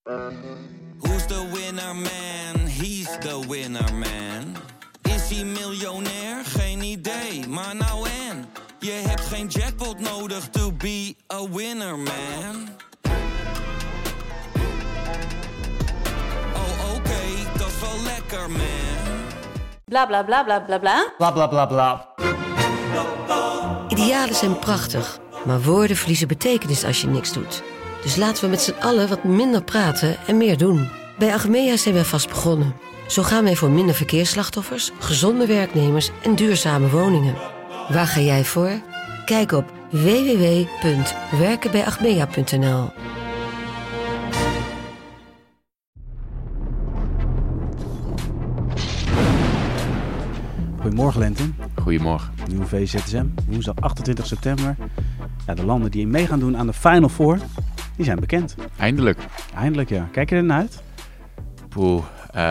Who's the winner man? He's the winner man. Is hij miljonair? Geen idee, maar nou en. Je hebt geen jackpot nodig to be a winner man. Oh oké, dat is wel lekker man. Bla bla bla bla bla bla. Bla bla bla bla. Idealen zijn prachtig, maar woorden verliezen betekenis als je niks doet. Dus laten we met z'n allen wat minder praten en meer doen. Bij Achmea zijn we vast begonnen. Zo gaan wij voor minder verkeersslachtoffers, gezonde werknemers en duurzame woningen. Waar ga jij voor? Kijk op www.werkenbijachmea.nl. Goedemorgen Lenton. Goedemorgen. Nieuwe VZSM, woensdag 28 september. Ja, de landen die mee gaan doen aan de Final Four, die zijn bekend. Eindelijk. Eindelijk, ja. Kijk je er naar uit? Poeh,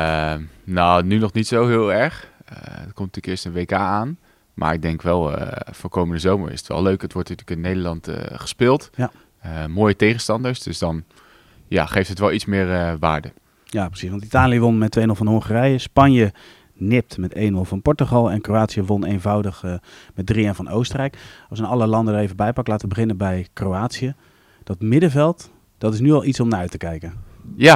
nou, nu nog niet zo heel erg. Er komt natuurlijk eerst een WK aan. Maar ik denk wel, voor komende zomer is het wel leuk. Het wordt natuurlijk in Nederland gespeeld. Ja. Mooie tegenstanders, dus dan geeft het wel iets meer waarde. Ja, precies. Want Italië won met 2-0 van Hongarije. Spanje nipt met 1-0 van Portugal. En Kroatië won eenvoudig met 3-1 van Oostenrijk. Als we alle landen er even bij pakken, laten we beginnen bij Kroatië. Dat middenveld, dat is nu al iets om naar uit te kijken. Ja,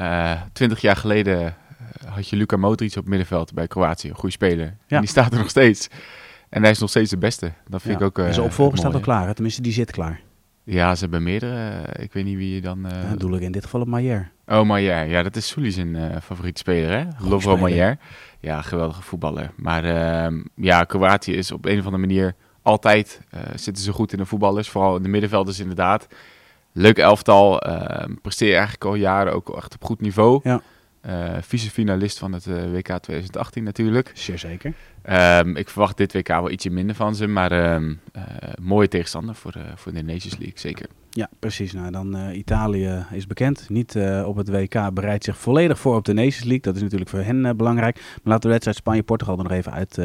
20 jaar geleden had je Luka Modric op het middenveld bij Kroatië. Een goede speler. Ja. En die staat er nog steeds. En hij is nog steeds de beste. Dat vind ik ook en zijn opvolger staat al klaar. Hè? Tenminste, die zit klaar. Ja, ze hebben meerdere. Ik weet niet wie je dan... Dat bedoel ik in dit geval op Maier. Oh, Maier. Ja, dat is Sully zijn favoriete speler, hè? Lovro Maier. Ja, geweldige voetballer. Maar Kroatië is op een of andere manier altijd... zitten ze goed in de voetballers. Vooral in de middenvelders inderdaad. Leuk elftal. Presteer eigenlijk al jaren ook echt op goed niveau. Ja. Vice-finalist van het WK 2018 natuurlijk. Zeer zeker. Ik verwacht dit WK wel ietsje minder van ze. Maar mooie tegenstander voor de Nations League, zeker. Ja, precies. Nou, dan Italië is bekend. Niet op het WK, bereidt zich volledig voor op de Nations League. Dat is natuurlijk voor hen belangrijk. Maar laten we de wedstrijd Spanje-Portugal er nog even uit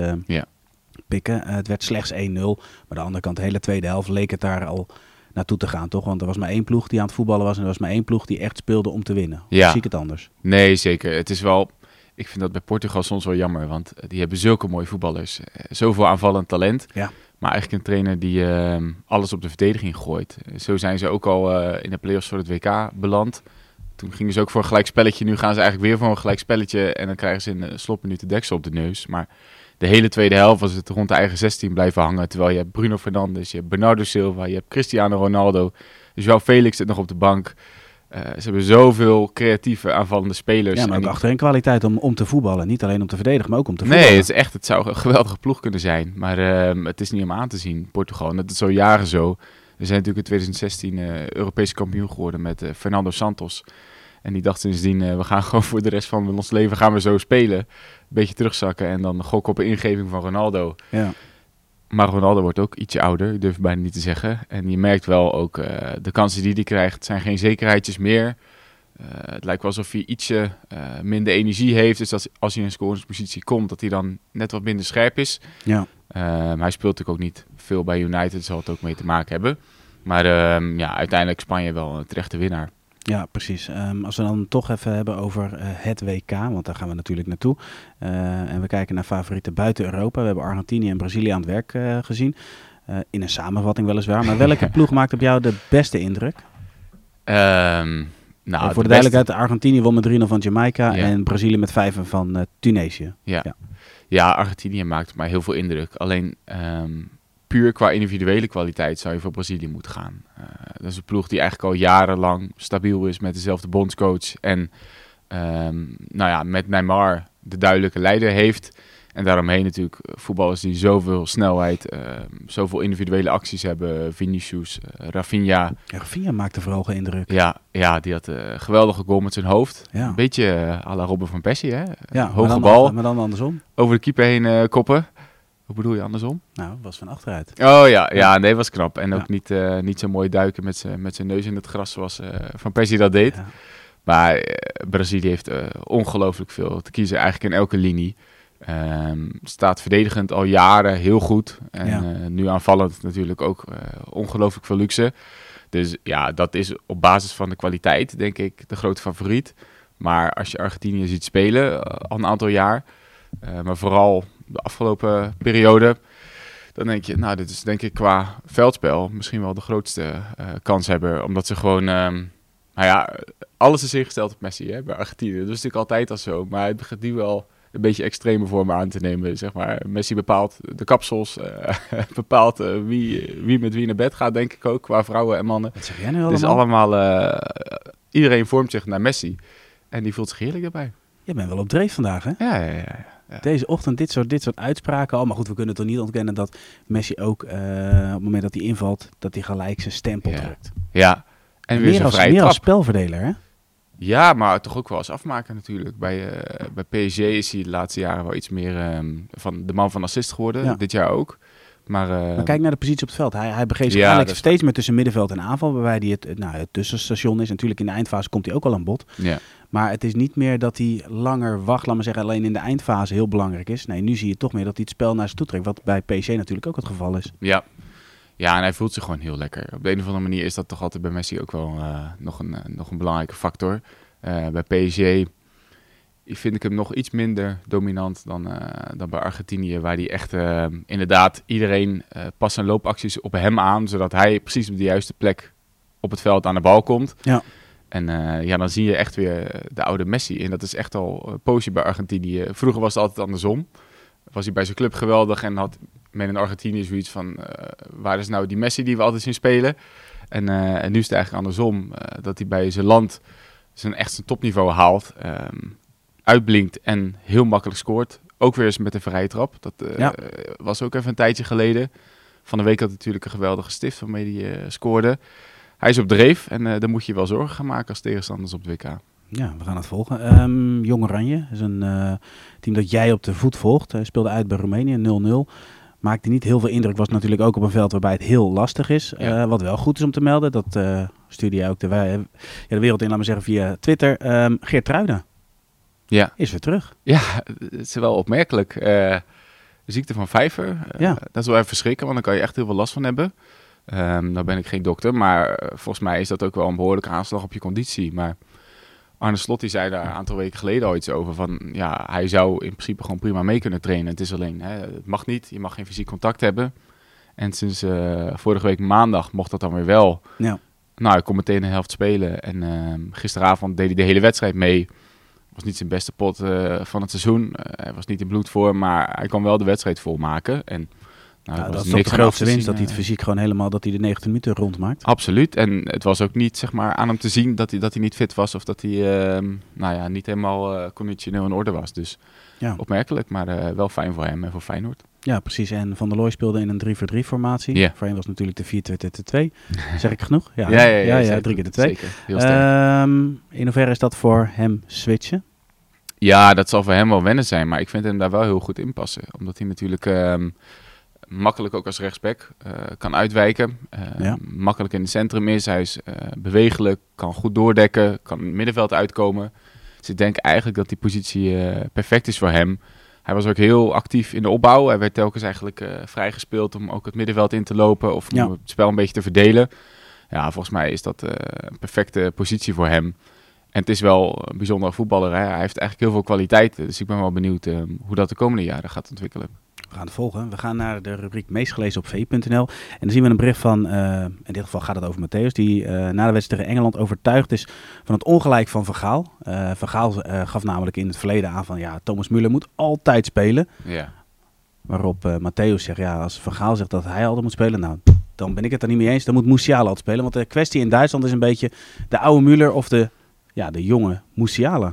pikken. Het werd slechts 1-0. Maar aan de andere kant, de hele tweede helft leek het daar al naartoe te gaan, toch? Want er was maar één ploeg die aan het voetballen was en er was maar één ploeg die echt speelde om te winnen. Ja. Zie ik het anders? Nee, zeker. Het is wel... Ik vind dat bij Portugal soms wel jammer, want die hebben zulke mooie voetballers. Zoveel aanvallend talent. Ja. Maar eigenlijk een trainer die alles op de verdediging gooit. Zo zijn ze ook al in de play-offs voor het WK beland. Toen gingen ze ook voor een gelijkspelletje. Nu gaan ze eigenlijk weer voor een gelijkspelletje en dan krijgen ze in de slotminuten deksel op de neus. Maar de hele tweede helft was het rond de eigen 16 blijven hangen. Terwijl je hebt Bruno Fernandes, je hebt Bernardo Silva, je hebt Cristiano Ronaldo. Dus João Felix zit nog op de bank. Ze hebben zoveel creatieve aanvallende spelers. Ja, maar ook achterin kwaliteit om te voetballen. Niet alleen om te verdedigen, maar ook om te voetballen. Nee, het zou een geweldige ploeg kunnen zijn. Maar het is niet om aan te zien, Portugal. En dat is al jaren zo. We zijn natuurlijk in 2016 Europese kampioen geworden met Fernando Santos. En die dacht sindsdien, we gaan gewoon voor de rest van ons leven gaan we zo spelen. Een beetje terugzakken en dan gokken op een ingeving van Ronaldo. Ja. Maar Ronaldo wordt ook ietsje ouder, ik durf het bijna niet te zeggen. En je merkt wel ook, de kansen die hij krijgt zijn geen zekerheidjes meer. Het lijkt wel alsof hij ietsje minder energie heeft. Dus dat als hij in een scoringspositie komt, dat hij dan net wat minder scherp is. Ja. Hij speelt natuurlijk ook niet veel bij United, zal het ook mee te maken hebben. Maar uiteindelijk Spanje wel een terechte winnaar. Ja, precies. Als we dan toch even hebben over het WK, want daar gaan we natuurlijk naartoe. En we kijken naar favorieten buiten Europa. We hebben Argentinië en Brazilië aan het werk gezien. In een samenvatting weliswaar. Maar welke ploeg maakt op jou de beste indruk? Voor de duidelijkheid, Argentinië won met 3-0 van Jamaica en Brazilië met 5 van Tunesië. Ja, Argentinië maakt mij heel veel indruk. Alleen puur qua individuele kwaliteit zou je voor Brazilië moeten gaan. Dat is een ploeg die eigenlijk al jarenlang stabiel is met dezelfde bondscoach. En met Neymar de duidelijke leider heeft. En daaromheen natuurlijk voetballers die zoveel snelheid, zoveel individuele acties hebben. Vinicius, Rafinha. Ja, Rafinha maakte vooral geen indruk. Ja, die had een geweldige goal met zijn hoofd. Ja. Een beetje à la Robin van Persie, hè? Ja, hoge bal. Maar dan andersom. Over de keeper heen koppen. Hoe bedoel je andersom? Nou, was van achteruit. Oh ja, nee, was knap. En ook niet zo mooi duiken met zijn neus in het gras zoals Van Persie dat deed. Ja. Maar Brazilië heeft ongelooflijk veel te kiezen, eigenlijk in elke linie. Staat verdedigend al jaren heel goed. En nu aanvallend natuurlijk ook ongelooflijk veel luxe. Dus ja, dat is op basis van de kwaliteit, denk ik, de grote favoriet. Maar als je Argentinië ziet spelen, al een aantal jaar, maar vooral de afgelopen periode, dan denk je, nou, dit is denk ik qua veldspel misschien wel de grootste kanshebber. Omdat ze gewoon, alles is ingesteld op Messi, hè, bij Argentinië. Dat is natuurlijk altijd al zo, maar het begint nu wel een beetje extreme vormen aan te nemen, zeg maar. Messi bepaalt de kapsels, bepaalt wie met wie naar bed gaat, denk ik ook, qua vrouwen en mannen. Wat zeg jij nu allemaal? Dus iedereen vormt zich naar Messi. En die voelt zich heerlijk daarbij. Je bent wel op dreef vandaag, hè? Ja. Deze ochtend dit soort uitspraken al. Maar goed, we kunnen toch niet ontkennen dat Messi ook op het moment dat hij invalt, dat hij gelijk zijn stempel drukt. Ja. En weer meer als spelverdeler, hè? Ja, maar toch ook wel als afmaker natuurlijk. Bij PSG is hij de laatste jaren wel iets meer van de man van assist geworden. Ja. Dit jaar ook. Maar kijk naar de positie op het veld. Hij begeeft zich eigenlijk steeds meer tussen middenveld en aanval. Waarbij hij het tussenstation is. Natuurlijk in de eindfase komt hij ook al aan bod. Ja. Maar het is niet meer dat hij langer wacht. Laat maar zeggen, alleen in de eindfase heel belangrijk is. Nee, nu zie je toch meer dat hij het spel naar zich toe trekt. Wat bij PSG natuurlijk ook het geval is. Ja. Ja, en hij voelt zich gewoon heel lekker. Op de een of andere manier is dat toch altijd bij Messi ook wel nog een belangrijke factor. Bij PSG vind ik hem nog iets minder dominant dan bij Argentinië. Waar hij echt inderdaad iedereen past zijn loopacties op hem aan. Zodat hij precies op de juiste plek op het veld aan de bal komt. Ja. En dan zie je echt weer de oude Messi. En dat is echt al een poosje bij Argentinië. Vroeger was het altijd andersom. Was hij bij zijn club geweldig en had men in Argentinië zoiets van, waar is nou die Messi die we altijd zien spelen? En nu is het eigenlijk andersom, dat hij bij zijn land zijn topniveau haalt, uitblinkt en heel makkelijk scoort. Ook weer eens met een vrije trap. Dat was ook even een tijdje geleden. Van de week had hij natuurlijk een geweldige stift waarmee hij scoorde. Hij is op dreef en daar moet je wel zorgen gaan maken als tegenstanders op het WK. Ja, we gaan het volgen. Jong Oranje is een team dat jij op de voet volgt. Hij speelde uit bij Roemenië, 0-0. Maakte niet heel veel indruk. Was natuurlijk ook op een veld waarbij het heel lastig is. Ja. Wat wel goed is om te melden, dat stuurde jij ook de wereld in, laat maar zeggen, via Twitter. Geertruida is weer terug. Ja, het is wel opmerkelijk. De ziekte van Vijver, dat is wel even verschrikken, want dan kan je echt heel veel last van hebben. Nou ben ik geen dokter, maar volgens mij is dat ook wel een behoorlijke aanslag op je conditie. Maar Arne Slot die zei daar een aantal weken geleden al iets over. Van ja, hij zou in principe gewoon prima mee kunnen trainen. Het is alleen, het mag niet. Je mag geen fysiek contact hebben. En sinds vorige week maandag mocht dat dan weer wel. Ja. Nou, hij kon meteen een helft spelen. En gisteravond deed hij de hele wedstrijd mee. Was niet zijn beste pot van het seizoen. Hij was niet in bloedvorm, maar hij kon wel de wedstrijd volmaken. En dat is ook de grootste winst, dat hij het fysiek gewoon helemaal, dat hij de 90 minuten rondmaakt. Absoluut. En het was ook niet, zeg maar, aan hem te zien dat hij niet fit was of dat hij, niet helemaal conditioneel in orde was. Dus opmerkelijk, maar wel fijn voor hem en voor Feyenoord. Ja, precies. En Van der Looy speelde in een 3-4-3 formatie. Yeah. Voor hem was natuurlijk de 4-2-2-2. Zeg ik genoeg? Ja, 3 keer de 2. Zeker, heel sterk. In hoeverre is dat voor hem switchen? Ja, dat zal voor hem wel wennen zijn, maar ik vind hem daar wel heel goed in passen. Omdat hij natuurlijk makkelijk ook als rechtsback kan uitwijken. Makkelijk in het centrum is. Hij is bewegelijk, kan goed doordekken, kan in het middenveld uitkomen. Dus ik denk eigenlijk dat die positie perfect is voor hem. Hij was ook heel actief in de opbouw. Hij werd telkens eigenlijk vrijgespeeld om ook het middenveld in te lopen of om het spel een beetje te verdelen. Ja, volgens mij is dat een perfecte positie voor hem. En het is wel een bijzondere voetballer. Hè? Hij heeft eigenlijk heel veel kwaliteiten. Dus ik ben wel benieuwd hoe dat de komende jaren gaat ontwikkelen. We gaan het volgen. We gaan naar de rubriek meest gelezen op v.nl. En dan zien we een bericht van, in dit geval gaat het over Matthäus, die na de wedstrijd tegen Engeland overtuigd is van het ongelijk van Van Gaal. Van Gaal gaf namelijk in het verleden aan van, Thomas Müller moet altijd spelen. Ja. Waarop Matthäus zegt, als Van Gaal zegt dat hij altijd moet spelen, nou, dan ben ik het er niet mee eens. Dan moet Musiala altijd spelen. Want de kwestie in Duitsland is een beetje de oude Müller of de jonge Musiala.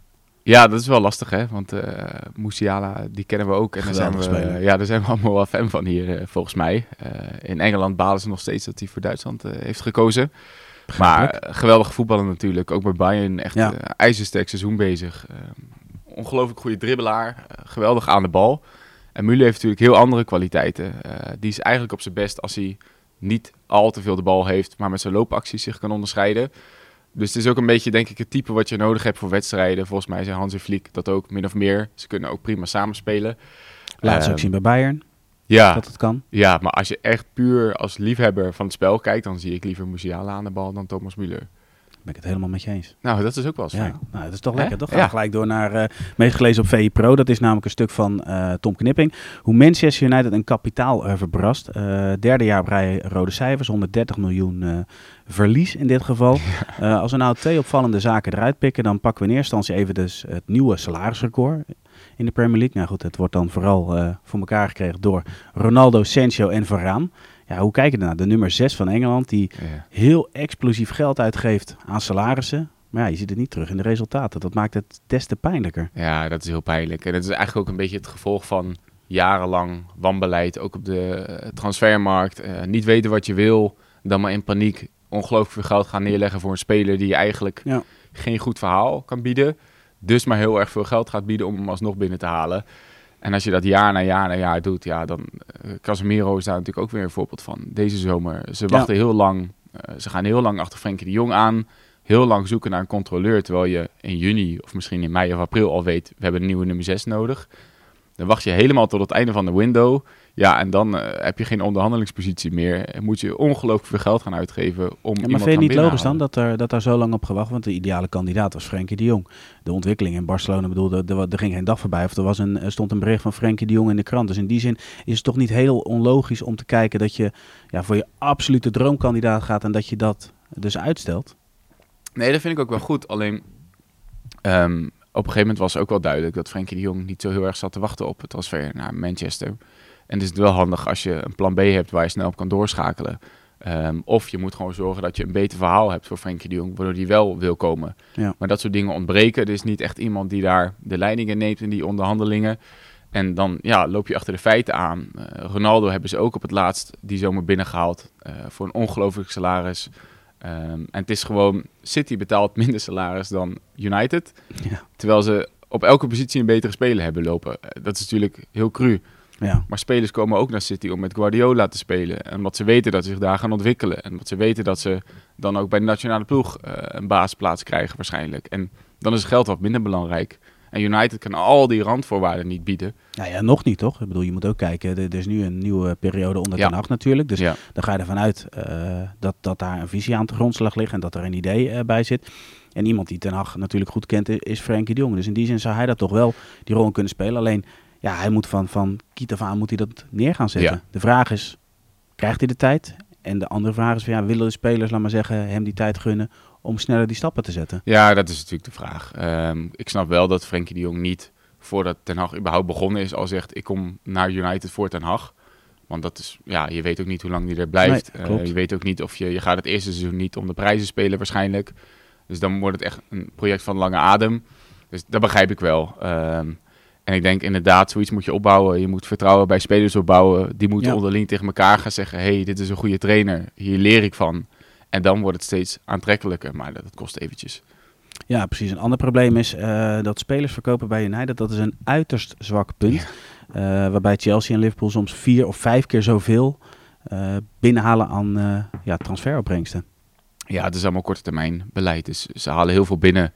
Ja, dat is wel lastig, hè? Want Musiala, die kennen we ook. En daar zijn we allemaal wel fan van hier, volgens mij. In Engeland balen ze nog steeds dat hij voor Duitsland heeft gekozen. Maar geweldige voetballer natuurlijk. Ook bij Bayern echt ijzersterk seizoen bezig. Ongelooflijk goede dribbelaar. Geweldig aan de bal. En Müller heeft natuurlijk heel andere kwaliteiten. Die is eigenlijk op zijn best als hij niet al te veel de bal heeft, maar met zijn loopacties zich kan onderscheiden. Dus het is ook een beetje, denk ik, het type wat je nodig hebt voor wedstrijden. Volgens mij zijn Hans en Flick dat ook min of meer. Ze kunnen ook prima samenspelen. Laat ze ook zien bij Bayern. Ja. Dat het kan. Ja, maar als je echt puur als liefhebber van het spel kijkt, dan zie ik liever Musiala aan de bal dan Thomas Müller. Ben ik het helemaal met je eens. Nou, dat is ook wel eens fijn. Nou, dat is toch lekker. Dan gaan we gelijk door naar meest gelezen op VI Pro. Dat is namelijk een stuk van Tom Knipping. Hoe Manchester United een kapitaal verbrast. Derde jaar op rij rode cijfers. 130 miljoen verlies in dit geval. Als we nou 2 opvallende zaken eruit pikken, dan pakken we in eerste instantie even dus het nieuwe salarisrecord in de Premier League. Nou goed, het wordt dan vooral voor elkaar gekregen door Ronaldo, Sancho en Varane. Ja, hoe kijk je ernaar? De nummer 6 van Engeland, die heel explosief geld uitgeeft aan salarissen. Maar ja, je ziet het niet terug in de resultaten. Dat maakt het des te pijnlijker. Ja, dat is heel pijnlijk. En dat is eigenlijk ook een beetje het gevolg van jarenlang wanbeleid. Ook op de transfermarkt. Niet weten wat je wil. Dan maar in paniek ongelooflijk veel geld gaan neerleggen voor een speler die eigenlijk geen goed verhaal kan bieden. Dus maar heel erg veel geld gaat bieden om hem alsnog binnen te halen. En als je dat jaar na jaar doet, ja, dan... Casemiro is daar natuurlijk ook weer een voorbeeld van. Deze zomer. Ze wachten heel lang. Ze gaan heel lang achter Frenkie de Jong aan. Heel lang zoeken naar een controleur. Terwijl je in juni of misschien in mei of april al weet... we hebben een nieuwe nummer 6 nodig. Dan wacht je helemaal tot het einde van de window. Ja, en dan heb je geen onderhandelingspositie meer. En moet je ongelooflijk veel geld gaan uitgeven om iemand te Maar vind je niet logisch dan dat daar zo lang op gewacht? Want de ideale kandidaat was Frenkie de Jong. De ontwikkeling in Barcelona, er ging geen dag voorbij. Of er stond een bericht van Frenkie de Jong in de krant. Dus in die zin is het toch niet heel onlogisch om te kijken dat je voor je absolute droomkandidaat gaat en dat je dat dus uitstelt? Nee, dat vind ik ook wel goed. Alleen... op een gegeven moment was ook wel duidelijk dat Frenkie de Jong niet zo heel erg zat te wachten op het transfer naar Manchester. En het is wel handig als je een plan B hebt waar je snel op kan doorschakelen. Of je moet gewoon zorgen dat je een beter verhaal hebt voor Frenkie de Jong, waardoor die wel wil komen. Ja. Maar dat soort dingen ontbreken. Er is niet echt iemand die daar de leiding in neemt in die onderhandelingen. En dan loop je achter de feiten aan. Ronaldo hebben ze ook op het laatst die zomer binnengehaald voor een ongelooflijk salaris. En het is gewoon, City betaalt minder salaris dan United. Ja. Terwijl ze op elke positie een betere speler hebben lopen. Dat is natuurlijk heel cru. Ja. Maar spelers komen ook naar City om met Guardiola te spelen. En omdat ze weten dat ze zich daar gaan ontwikkelen. En omdat ze weten dat ze dan ook bij de nationale ploeg een basisplaats krijgen waarschijnlijk. En dan is het geld wat minder belangrijk. En United kan al die randvoorwaarden niet bieden. Nou ja, nog niet toch? Ik bedoel, je moet ook kijken. Er is nu een nieuwe periode onder Ten Hag natuurlijk. Dus dan ga je ervan uit dat daar een visie aan de grondslag ligt. En dat er een idee bij zit. En iemand die Ten Hag natuurlijk goed kent is Frenkie de Jong. Dus in die zin zou hij dat toch wel die rol kunnen spelen. Alleen, hij moet van kiet af aan moet hij dat neer gaan zetten. Ja. De vraag is, krijgt hij de tijd? En de andere vraag is, willen de spelers, laat maar zeggen, hem die tijd gunnen om sneller die stappen te zetten? Ja, dat is natuurlijk de vraag. Ik snap wel dat Frenkie de Jong niet, voordat Ten Hag überhaupt begonnen is, al zegt, ik kom naar United voor Ten Hag. Want dat is, je weet ook niet hoe lang die er blijft. Nee, je weet ook niet of je gaat het eerste seizoen niet om de prijzen spelen waarschijnlijk. Dus dan wordt het echt een project van lange adem. Dus dat begrijp ik wel. En ik denk inderdaad, zoiets moet je opbouwen. Je moet vertrouwen bij spelers opbouwen. Die moeten onderling tegen elkaar gaan zeggen, hey, dit is een goede trainer. Hier leer ik van. En dan wordt het steeds aantrekkelijker, maar dat kost eventjes. Ja, precies. Een ander probleem is dat spelers verkopen bij United. Dat is een uiterst zwak punt. Waarbij Chelsea en Liverpool soms 4 of 5 keer zoveel binnenhalen aan transferopbrengsten. Ja, het is allemaal korte termijn beleid. Dus ze halen heel veel binnen.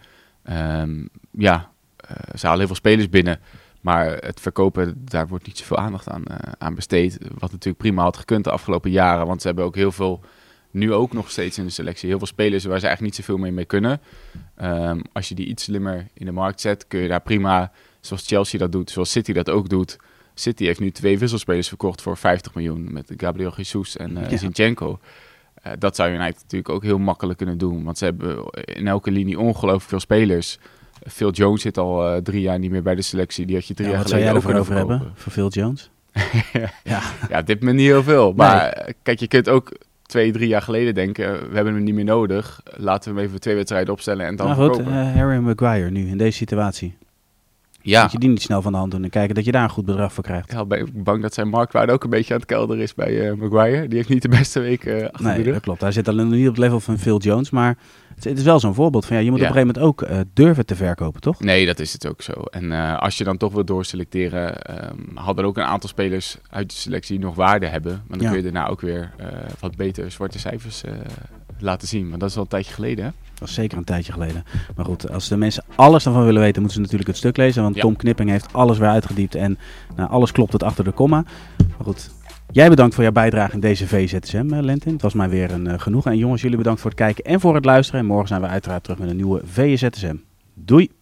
Ze halen heel veel spelers binnen. Maar het verkopen, daar wordt niet zoveel aandacht aan besteed. Wat natuurlijk prima had gekund de afgelopen jaren. Want ze hebben ook heel veel, nu ook nog steeds in de selectie, heel veel spelers waar ze eigenlijk niet zoveel mee kunnen. Als je die iets slimmer in de markt zet, kun je daar prima, zoals Chelsea dat doet, zoals City dat ook doet. City heeft nu 2 wisselspelers verkocht voor 50 miljoen met Gabriel Jesus en Zinchenko. Dat zou United natuurlijk ook heel makkelijk kunnen doen. Want ze hebben in elke linie ongelooflijk veel spelers. Phil Jones zit al 3 jaar niet meer bij de selectie. Die had je 3 jaar geleden ook kunnen verkopen. Wat zou jij over hebben voor Phil Jones? Op dit moment niet heel veel. Maar kijk, je kunt ook 2-3 jaar geleden denken, we hebben hem niet meer nodig. Laten we hem even 2 wedstrijden opstellen en dan verkopen. Harry Maguire nu in deze situatie. Ja. Moet je die niet snel van de hand doen en kijken dat je daar een goed bedrag voor krijgt. Ja, ben ik bang dat zijn marktwaarde ook een beetje aan het kelder is bij Maguire. Die heeft niet de beste week achter de rug. Nee, dat klopt. Hij zit alleen nog niet op het level van Phil Jones, maar het is wel zo'n voorbeeld van je moet op een gegeven moment ook durven te verkopen, toch? Nee, dat is het ook zo. En als je dan toch wil doorselecteren, hadden er ook een aantal spelers uit de selectie die nog waarde hebben. Maar dan kun je daarna ook weer wat beter zwarte cijfers laten zien. Maar dat is al een tijdje geleden, hè? Dat is zeker een tijdje geleden. Maar goed, als de mensen alles daarvan willen weten, moeten ze natuurlijk het stuk lezen. Want Tom Knipping heeft alles weer uitgediept en alles klopt het achter de komma. Maar goed. Jij bedankt voor jouw bijdrage in deze VZSM, Lentin. Het was mij weer een genoegen. En jongens, jullie bedankt voor het kijken en voor het luisteren. En morgen zijn we uiteraard terug met een nieuwe VZSM. Doei!